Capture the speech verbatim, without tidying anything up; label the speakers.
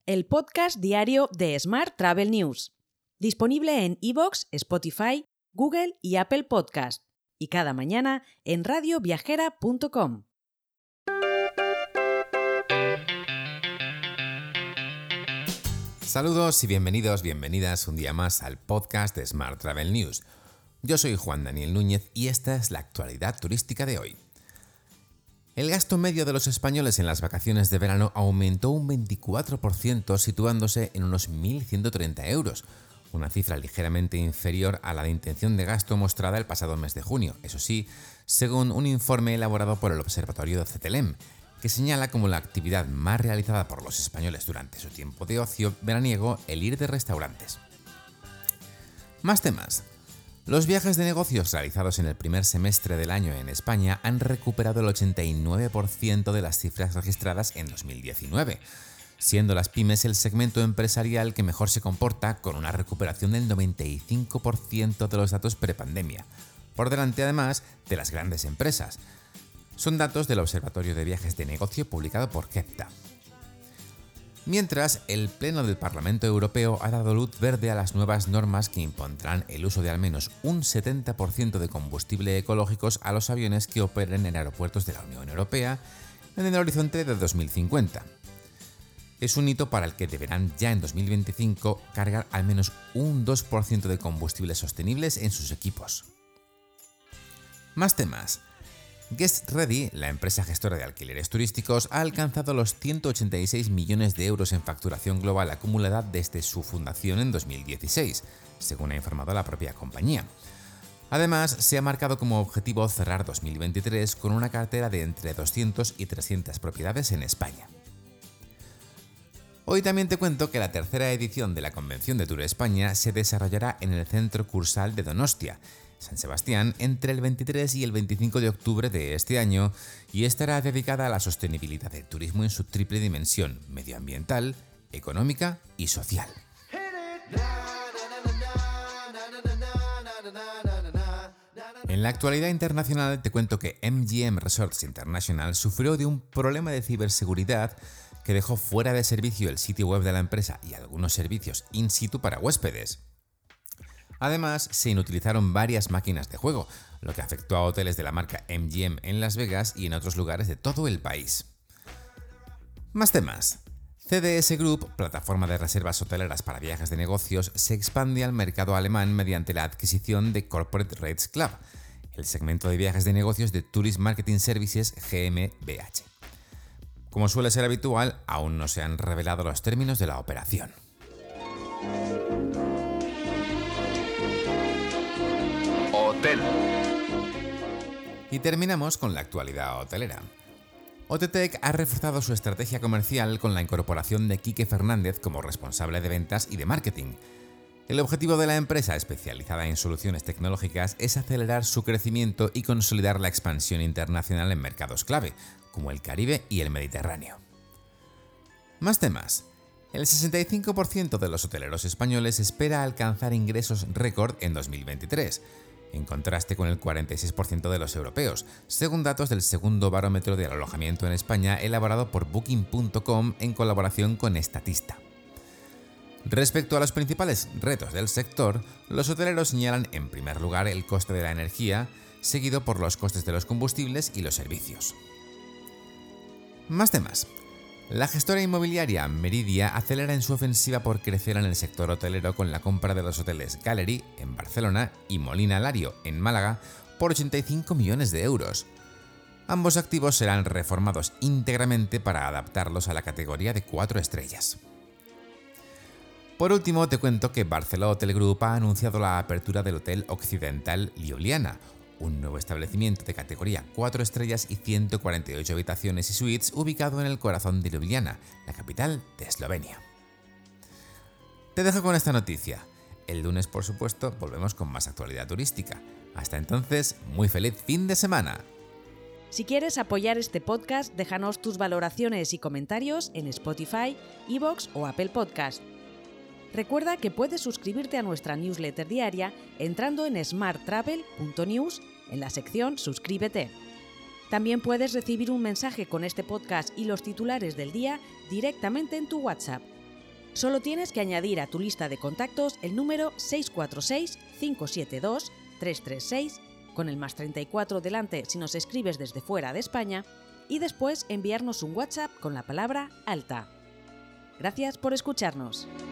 Speaker 1: el podcast diario de Smart Travel News, disponible en iVoox, Spotify, Google y Apple Podcast, y cada mañana en radio viajera punto com.
Speaker 2: Saludos y bienvenidos, bienvenidas un día más al podcast de Smart Travel News. Yo soy Juan Daniel Núñez y esta es la actualidad turística de hoy. El gasto medio de los españoles en las vacaciones de verano aumentó un veinticuatro por ciento, situándose en unos mil ciento treinta euros, una cifra ligeramente inferior a la de intención de gasto mostrada el pasado mes de junio, eso sí, según un informe elaborado por el Observatorio de Cetelem, que señala como la actividad más realizada por los españoles durante su tiempo de ocio veraniego el ir de restaurantes. Más temas. Los viajes de negocios realizados en el primer semestre del año en España han recuperado el ochenta y nueve por ciento de las cifras registradas en dos mil diecinueve, siendo las pymes el segmento empresarial que mejor se comporta, con una recuperación del noventa y cinco por ciento de los datos prepandemia, por delante además de las grandes empresas. Son datos del Observatorio de Viajes de Negocio publicado por Kepta. Mientras, el Pleno del Parlamento Europeo ha dado luz verde a las nuevas normas que impondrán el uso de al menos un setenta por ciento de combustible ecológicos a los aviones que operen en aeropuertos de la Unión Europea en el horizonte de dos mil cincuenta. Es un hito para el que deberán ya en dos mil veinticinco cargar al menos un dos por ciento de combustibles sostenibles en sus equipos. Más temas. Guest Ready, la empresa gestora de alquileres turísticos, ha alcanzado los ciento ochenta y seis millones de euros en facturación global acumulada desde su fundación en dos mil dieciséis, según ha informado la propia compañía. Además, se ha marcado como objetivo cerrar dos mil veintitrés con una cartera de entre doscientas y trescientas propiedades en España. Hoy también te cuento que la tercera edición de la Convención de Tour España se desarrollará en el Centro Cursal de Donostia, San Sebastián, entre el veintitrés y el veinticinco de octubre de este año, y estará dedicada a la sostenibilidad del turismo en su triple dimensión: medioambiental, económica y social. En la actualidad internacional te cuento que M G M Resorts International sufrió de un problema de ciberseguridad que dejó fuera de servicio el sitio web de la empresa y algunos servicios in situ para huéspedes. Además, se inutilizaron varias máquinas de juego, lo que afectó a hoteles de la marca M G M en Las Vegas y en otros lugares de todo el país. Más temas. C D S Group, plataforma de reservas hoteleras para viajes de negocios, se expande al mercado alemán mediante la adquisición de Corporate Rates Club, el segmento de viajes de negocios de Tourist Marketing Services G M B H. Como suele ser habitual, aún no se han revelado los términos de la operación. Hotel. Y terminamos con la actualidad hotelera. Otetec ha reforzado su estrategia comercial con la incorporación de Quique Fernández como responsable de ventas y de marketing. El objetivo de la empresa, especializada en soluciones tecnológicas, es acelerar su crecimiento y consolidar la expansión internacional en mercados clave, como el Caribe y el Mediterráneo. Más temas. El sesenta y cinco por ciento de los hoteleros españoles espera alcanzar ingresos récord en dos mil veintitrés, en contraste con el cuarenta y seis por ciento de los europeos, según datos del segundo barómetro del alojamiento en España elaborado por Booking punto com en colaboración con Statista. Respecto a los principales retos del sector, los hoteleros señalan en primer lugar el coste de la energía, seguido por los costes de los combustibles y los servicios. Más temas. La gestora inmobiliaria Meridia acelera en su ofensiva por crecer en el sector hotelero con la compra de los hoteles Gallery en Barcelona y Molina Lario en Málaga por ochenta y cinco millones de euros. Ambos activos serán reformados íntegramente para adaptarlos a la categoría de cuatro estrellas. Por último, te cuento que Barceló Hotel Group ha anunciado la apertura del Hotel Occidental Ljubljana, un nuevo establecimiento de categoría cuatro estrellas y ciento cuarenta y ocho habitaciones y suites ubicado en el corazón de Ljubljana, la capital de Eslovenia. Te dejo con esta noticia. El lunes, por supuesto, volvemos con más actualidad turística. Hasta entonces, muy feliz fin de semana.
Speaker 1: Si quieres apoyar este podcast, déjanos tus valoraciones y comentarios en Spotify, iVoox o Apple Podcast. Recuerda que puedes suscribirte a nuestra newsletter diaria entrando en smart travel punto news en la sección Suscríbete. También puedes recibir un mensaje con este podcast y los titulares del día directamente en tu WhatsApp. Solo tienes que añadir a tu lista de contactos el número seis cuatro seis, cinco siete dos, tres tres seis, con el más treinta y cuatro delante si nos escribes desde fuera de España, y después enviarnos un WhatsApp con la palabra alta. Gracias por escucharnos.